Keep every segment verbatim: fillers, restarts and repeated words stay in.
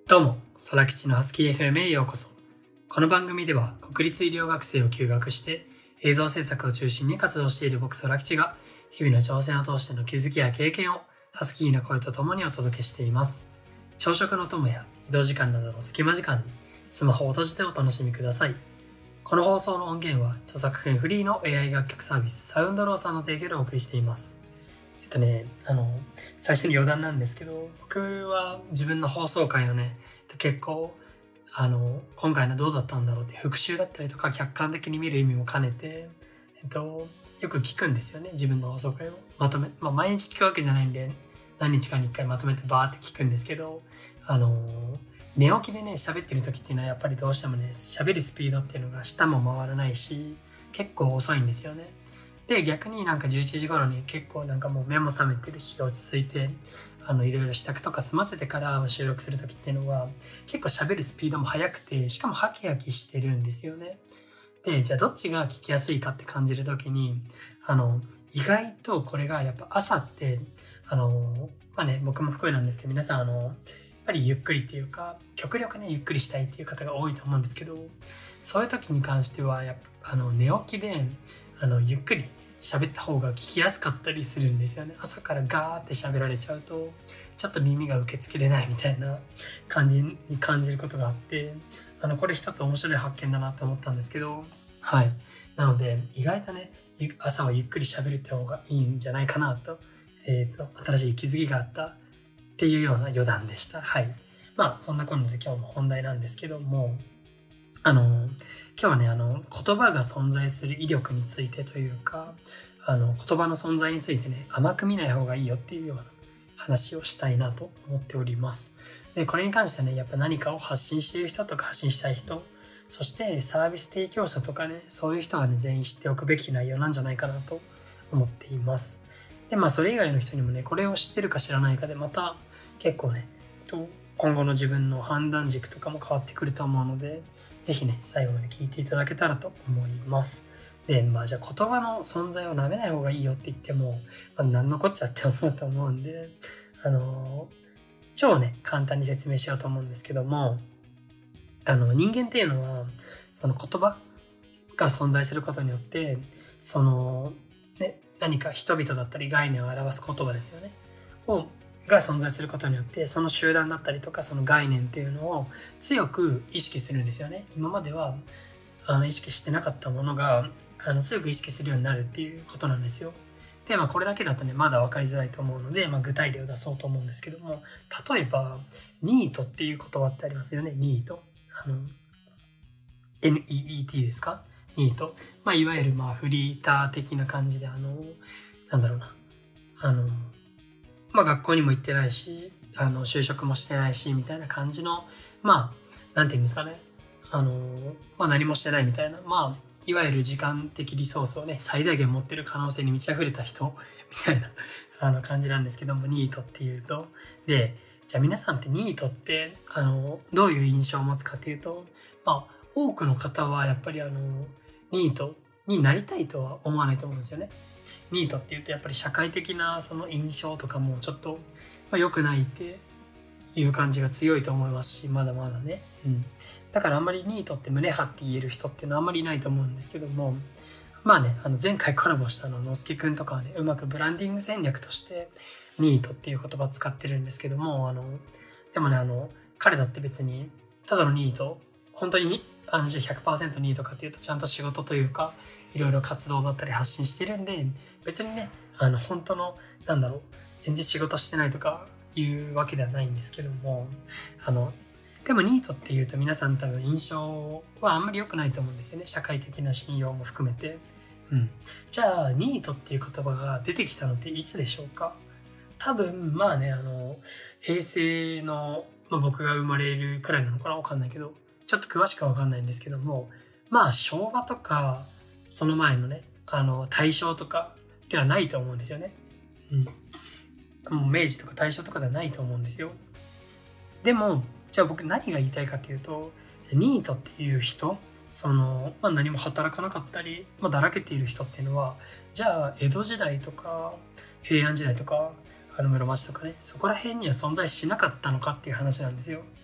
どうも、空吉のハスキー エフエム へようこそ。この番組では国立医療学生を休学して映像制作を中心に活動している僕空吉が日々の挑戦を通しての気づきや経験をハスキーな声とともにお届けしています。朝食の友や移動時間などの隙間時間にスマホを閉じてお楽しみください。この放送の音源は著作権フリーの エーアイ 楽曲サービスサウンドローさんの提供でお送りしています。えっとね、あの、最初に余談なんですけど、僕は自分の放送回をね、結構、あの、今回のどうだったんだろうって復習だったりとか客観的に見る意味も兼ねて、えっと、よく聞くんですよね、自分の放送回を。まとめ、まあ毎日聞くわけじゃないんで、何日かに一回まとめてバーって聞くんですけど、あの、寝起きでね、喋ってる時っていうのはやっぱりどうしてもね、喋るスピードっていうのが舌も回らないし、結構遅いんですよね。で、逆になんかじゅういちじ頃に結構なんかもう目も覚めてるし、落ち着いて、あの、いろいろ支度とか済ませてから収録するときっていうのは、結構喋るスピードも速くて、しかもハキハキしてるんですよね。で、じゃあどっちが聞きやすいかって感じるときに、あの、意外とこれがやっぱ朝って、あの、まあね、僕も含めなんですけど、皆さんあの、やっぱりゆっくりっていうか、極力ね、ゆっくりしたいっていう方が多いと思うんですけど、そういう時に関しては、やっぱ、あの、寝起きで、あの、ゆっくり、喋った方が聞きやすかったりするんですよね。朝からガーって喋られちゃうと、ちょっと耳が受け付けれないみたいな感じに感じることがあって、あの、これ一つ面白い発見だなって思ったんですけど、はい。なので、意外とね、朝はゆっくり喋るって方がいいんじゃないかなと、えっと、新しい気づきがあったっていうような余談でした。はい。まあ、そんなこんなで今日も本題なんですけども、あの、今日はね、あの、言葉が存在する威力についてというか、あの、言葉の存在についてね、甘く見ない方がいいよっていうような話をしたいなと思っております。で、これに関してはね、やっぱ何かを発信している人とか発信したい人、そしてサービス提供者とかね、そういう人はね、全員知っておくべき内容なんじゃないかなと思っています。で、まあ、それ以外の人にもね、これを知ってるか知らないかで、また結構ね、今後の自分の判断軸とかも変わってくると思うので、ぜひね、最後まで聞いていただけたらと思います。で、まあじゃあ言葉の存在を舐めない方がいいよって言っても、まあ、何のこっちゃって思うと思うんで、あのー、超ね、簡単に説明しようと思うんですけども、あの、人間っていうのは、その言葉が存在することによって、その、ね、何か人々だったり概念を表す言葉ですよね。をが存在することによって、その集団だったりとかその概念っていうのを強く意識するんですよね。今まではあの意識してなかったものがあの強く意識するようになるっていうことなんですよ。で、まあこれだけだとね、まだ分かりづらいと思うので、まあ具体例を出そうと思うんですけども、例えば、ニートっていう言葉ってありますよね、ニート。あの、エヌイーイーティー ですか？ニート。まあいわゆるまあフリーター的な感じで、あの、なんだろうな。あの、まあ学校にも行ってないし、あの、就職もしてないし、みたいな感じの、まあ、なんていうんですかね。あの、まあ何もしてないみたいな、まあ、いわゆる時間的リソースをね、最大限持ってる可能性に満ち溢れた人、みたいな、あの感じなんですけども、ニートっていうと。で、じゃあ皆さんってニートって、あの、どういう印象を持つかっていうと、まあ、多くの方はやっぱりあの、ニートになりたいとは思わないと思うんですよね。ニートって言うとやっぱり社会的なその印象とかもちょっと、まあ、良くないっていう感じが強いと思いますし、まだまだね。うん。だからあんまりニートって胸張って言える人っていうのはあんまりいないと思うんですけども、まあね、あの前回コラボしたの、のすけくんとかはね、うまくブランディング戦略としてニートっていう言葉を使ってるんですけども、あの、でもね、あの、彼だって別にただのニート、本当にあの ひゃくパーセント ニートかっていうとちゃんと仕事というか、いろいろ活動だったり発信してるんで、別にね、あの、本当の、なんだろう、全然仕事してないとかいうわけではないんですけども、あの、でもニートっていうと皆さん多分印象はあんまり良くないと思うんですよね。社会的な信用も含めて。うん。じゃあ、ニートっていう言葉が出てきたのっていつでしょうか？多分、まあね、あの、平成の、まあ、僕が生まれるくらいなのかなわかんないけど、ちょっと詳しくはわかんないんですけども、まあ、昭和とか、その前のね、あの、大正とかではないと思うんですよね。うん。もう明治とか大正とかではないと思うんですよ。でも、じゃあ僕何が言いたいかっていうと、ニートっていう人、その、まあ何も働かなかったり、まあだらけている人っていうのは、じゃあ江戸時代とか、平安時代とか、あの室町とかね、そこら辺には存在しなかったのかっていう話なんですよ。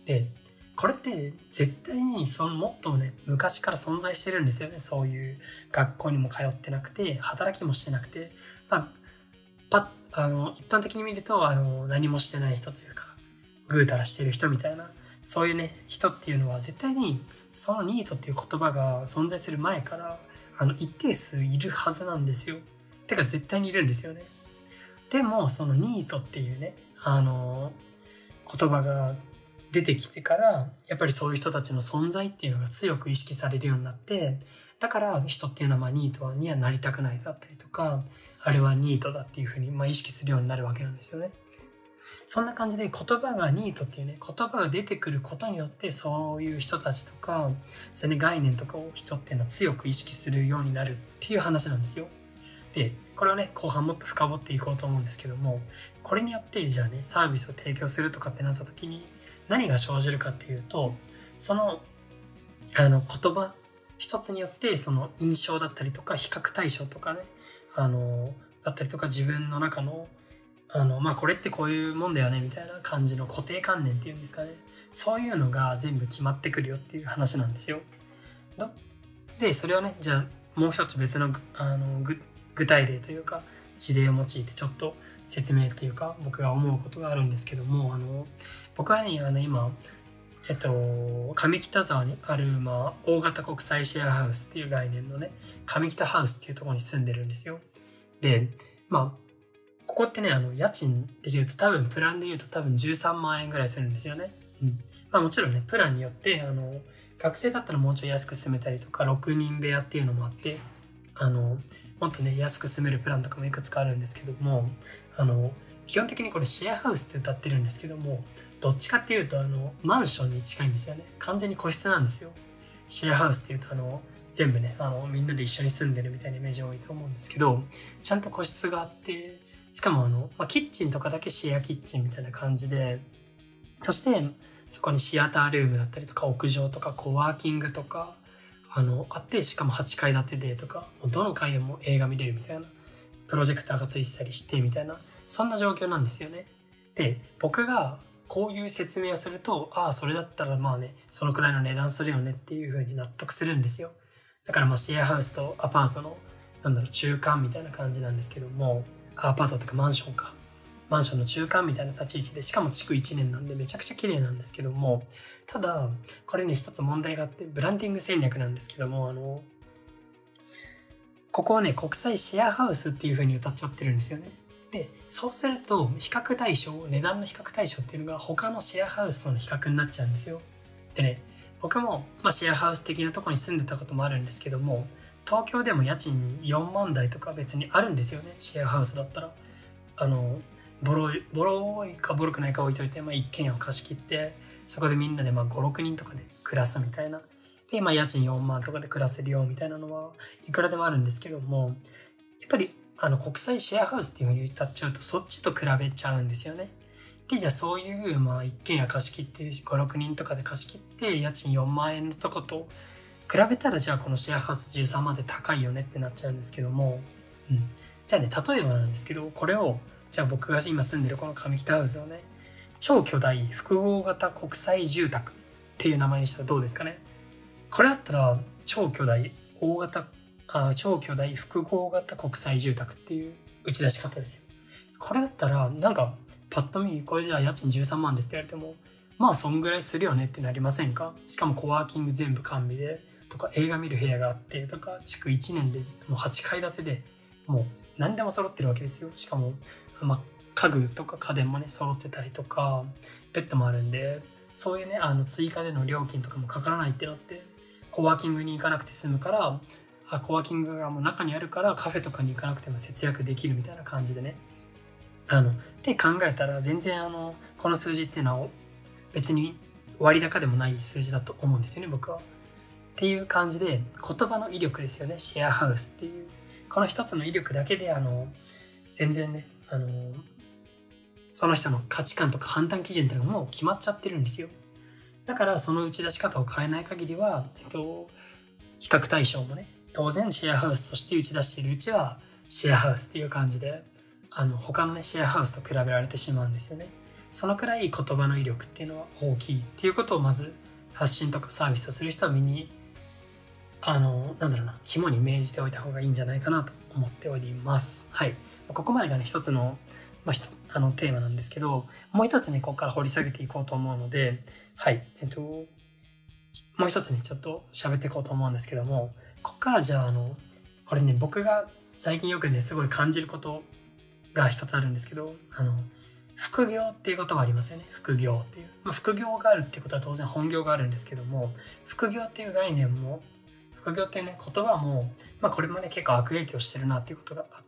で、これって絶対にそのもっとね、昔から存在してるんですよね。そういう学校にも通ってなくて、働きもしてなくて、まあ、パッ、あの、一般的に見ると、あの、何もしてない人というか、ぐうたらしてる人みたいな、そういうね、人っていうのは絶対に、そのニートっていう言葉が存在する前から、あの、一定数いるはずなんですよ。てか絶対にいるんですよね。でも、そのニートっていうね、あの、言葉が出てきてから、やっぱりそういう人たちの存在っていうのが強く意識されるようになって、だから人っていうのはまあニートにはなりたくないだったりとか、あれはニートだっていうふうにまあ意識するようになるわけなんですよね。そんな感じで言葉がニートっていうね、言葉が出てくることによってそういう人たちとか、そういう、ね、概念とかを人っていうのは強く意識するようになるっていう話なんですよ。で、これをね、後半もっと深掘っていこうと思うんですけども、これによってじゃあね、サービスを提供するとかってなった時に何が生じるかっていうと、その、あの言葉一つによってその印象だったりとか比較対象とかね、あの、だったりとか自分の中のあの、まあ、これってこういうもんだよねみたいな感じの固定観念っていうんですかね。そういうのが全部決まってくるよっていう話なんですよ。で、それをね、じゃあもう一つ別の、あの、具、具体例というか事例を用いてちょっと説明というか僕が思うことがあるんですけども、あの、僕はね、あの今、えっと、上北沢にある、まあ、大型国際シェアハウスっていう概念のね、上北ハウスっていうところに住んでるんですよ。で、まあ、ここってね、あの、家賃で言うと多分、プランで言うと多分じゅうさんまんえんぐらいするんですよね。うん。まあもちろんね、プランによって、あの、学生だったらもうちょい安く住めたりとか、ろくにん部屋っていうのもあって、あの、もっとね、安く住めるプランとかもいくつかあるんですけども、あの、基本的にこれシェアハウスって歌ってるんですけども、どっちかっていうと、あの、マンションに近いんですよね。完全に個室なんですよ。シェアハウスっていうと、あの、全部ね、あの、みんなで一緒に住んでるみたいなイメージ多いと思うんですけど、ちゃんと個室があって、しかもあの、まあ、キッチンとかだけシェアキッチンみたいな感じで、そしてそこにシアタールームだったりとか屋上とかコワーキングとか、あの、あって、しかもはちかい建てでとか、もうどの階でも映画見れるみたいな、プロジェクターがついてたりしてみたいな、そんな状況なんですよね。で、僕がこういう説明をすると、ああ、それだったらまあね、そのくらいの値段するよねっていう風に納得するんですよ。だからまあシェアハウスとアパートの、なんだろう、中間みたいな感じなんですけども、アパートとかマンションか。マンションの中間みたいな立ち位置で、しかも築いちねんなんでめちゃくちゃ綺麗なんですけども、ただ、これね一つ問題があって、ブランディング戦略なんですけども、あの、ここはね、国際シェアハウスっていう風に歌っちゃってるんですよね。で、そうすると、比較対象、値段の比較対象っていうのが他のシェアハウスとの比較になっちゃうんですよ。でね、僕も、まあ、シェアハウス的なところに住んでたこともあるんですけども、東京でも家賃よんまん台とか別にあるんですよね、シェアハウスだったら。あの、ボロい、ボロいかボロくないか置いといて、まあ、一軒家を貸し切って、そこでみんなでまあご、ろくにんとかで暮らすみたいな。で、まあ家賃よんまんとかで暮らせるよみたいなのはいくらでもあるんですけども、やっぱりあの国際シェアハウスっていう風に歌っちゃうとそっちと比べちゃうんですよね。で、じゃあそういうまあ一軒家貸し切ってご、ろくにんとかで貸し切って家賃よんまん円のとこと比べたらじゃあこのシェアハウスじゅうさんまんで高いよねってなっちゃうんですけども、うん。じゃあね、例えばなんですけど、これをじゃあ僕が今住んでるこの上北ハウスをね、超巨大複合型国際住宅っていう名前にしたらどうですかね。これだったら超巨大大型あ超巨大複合型国際住宅っていう打ち出し方ですよ。これだったらなんかパッと見これじゃあ家賃じゅうさんまんですって言われても、まあそんぐらいするよねってなりませんか。しかもコワーキング全部完備でとか、映画見る部屋があってとか、築いちねんでもうはちかい建てでもう何でも揃ってるわけですよ。しかもまあ家具とか家電もね揃ってたりとか、ベッドもあるんで、そういうねあの追加での料金とかもかからないってなって、コワーキングに行かなくて済むから、あコワーキングがもう中にあるからカフェとかに行かなくても節約できるみたいな感じでね、あのって考えたら全然あのこの数字っていうのは別に割高でもない数字だと思うんですよね、僕は。っていう感じで、言葉の威力ですよね、シェアハウスっていうこの一つの威力だけであの全然ねあのその人の価値観とか判断基準っていうのがもう決まっちゃってるんですよ。だからその打ち出し方を変えない限りは、えっと、比較対象もね、当然シェアハウスとして打ち出しているうちはシェアハウスっていう感じで、あの他のねシェアハウスと比べられてしまうんですよね。 そのくらい言葉の威力っていうのは大きいっていうことをまず発信とかサービスをする人は身にあのなんだろうな肝に銘じておいた方がいいんじゃないかなと思っております。はい、ここまでがね一つの、まあ、あのテーマなんですけど、もう一つねここから掘り下げていこうと思うので、はいえっともう一つねちょっと喋っていこうと思うんですけども、ここからじゃああのこれね僕が最近よくねすごい感じることが一つあるんですけど、あの副業っていう言葉ありますよね。副業っていう、まあ、副業があるってことは当然本業があるんですけども、副業っていう概念も副業っていうね言葉も、まあ、これもね結構悪影響してるなっていうことがあって、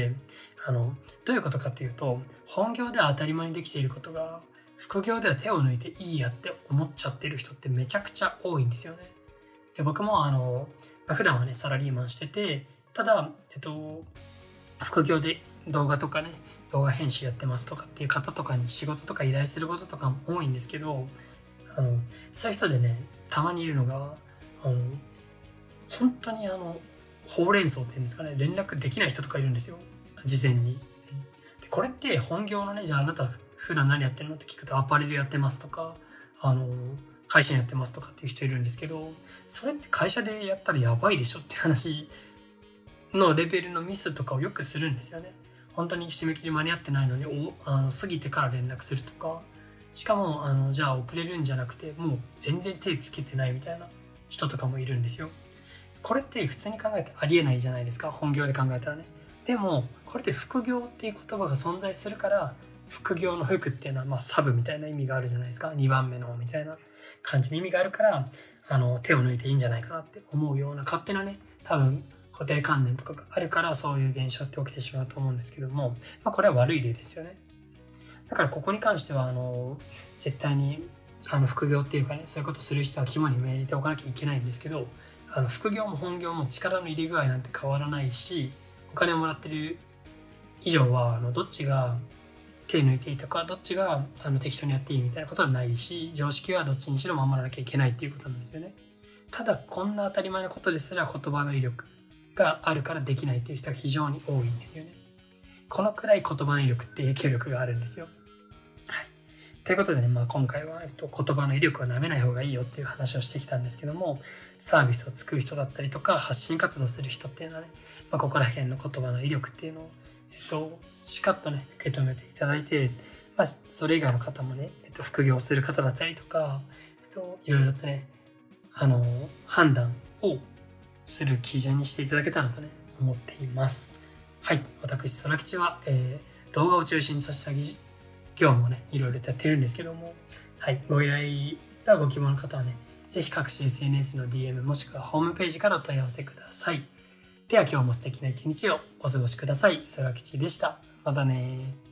あのどういうことかっていうと、本業では当たり前にできていることが副業では手を抜いていいやって思っちゃってる人ってめちゃくちゃ多いんですよね。で僕もあの、まあ、普段はねサラリーマンしてて、ただえっと副業で動画とかね動画編集やってますとかっていう方とかに仕事とか依頼することとかも多いんですけど、あのそういう人でねたまにいるのが、あの本当にあのほうれん草っていうんですかね、連絡できない人とかいるんですよ、事前に。でこれって本業のね、じゃああなた普段何やってるのって聞くとアパレルやってますとか、あの会社やってますとかっていう人いるんですけど、それって会社でやったらやばいでしょって話のレベルのミスとかをよくするんですよね。本当に締め切り間に合ってないのにおあの過ぎてから連絡するとか、しかもあのじゃあ遅れるんじゃなくてもう全然手つけてないみたいな人とかもいるんですよ。これって普通に考えてありえないじゃないですか、本業で考えたらね。でもこれって副業っていう言葉が存在するから、副業の副っていうのはまあサブみたいな意味があるじゃないですか、にばんめのみたいな感じの意味があるから、あの手を抜いていいんじゃないかなって思うような勝手なね多分固定観念とかがあるから、そういう現象って起きてしまうと思うんですけども、まあこれは悪い例ですよね。だからここに関してはあの絶対にあの副業っていうかね、そういうことする人は肝に銘じておかなきゃいけないんですけど、あの副業も本業も力の入れ具合なんて変わらないし、お金をもらってる以上はあのどっちが手抜いていいとか、どっちがあの適当にやっていいみたいなことはないし、常識はどっちにしろ守らなきゃいけないっていうことなんですよね。ただこんな当たり前のことですら言葉の威力があるからできないっていう人が非常に多いんですよね。このくらい言葉の威力って影響力があるんですよ。はい。ということでね、まあ今回は、えっと、言葉の威力は舐めない方がいいよっていう話をしてきたんですけども、サービスを作る人だったりとか発信活動する人っていうのはね、まあ、ここら辺の言葉の威力っていうのを、えっと、しかっとね、受け止めていただいて、まあ、それ以外の方もね、えっと、副業する方だったりとか、えっと、いろいろとね、あの、判断をする基準にしていただけたらとね、思っています。はい。私、空吉は、えー、動画を中心にさせた業務をね、いろいろとやってるんですけども、はい。ご依頼がご希望の方はね、ぜひ各種 エスエヌエス の ディーエム もしくはホームページからお問い合わせください。では今日も素敵な一日をお過ごしください。空吉でした。またね。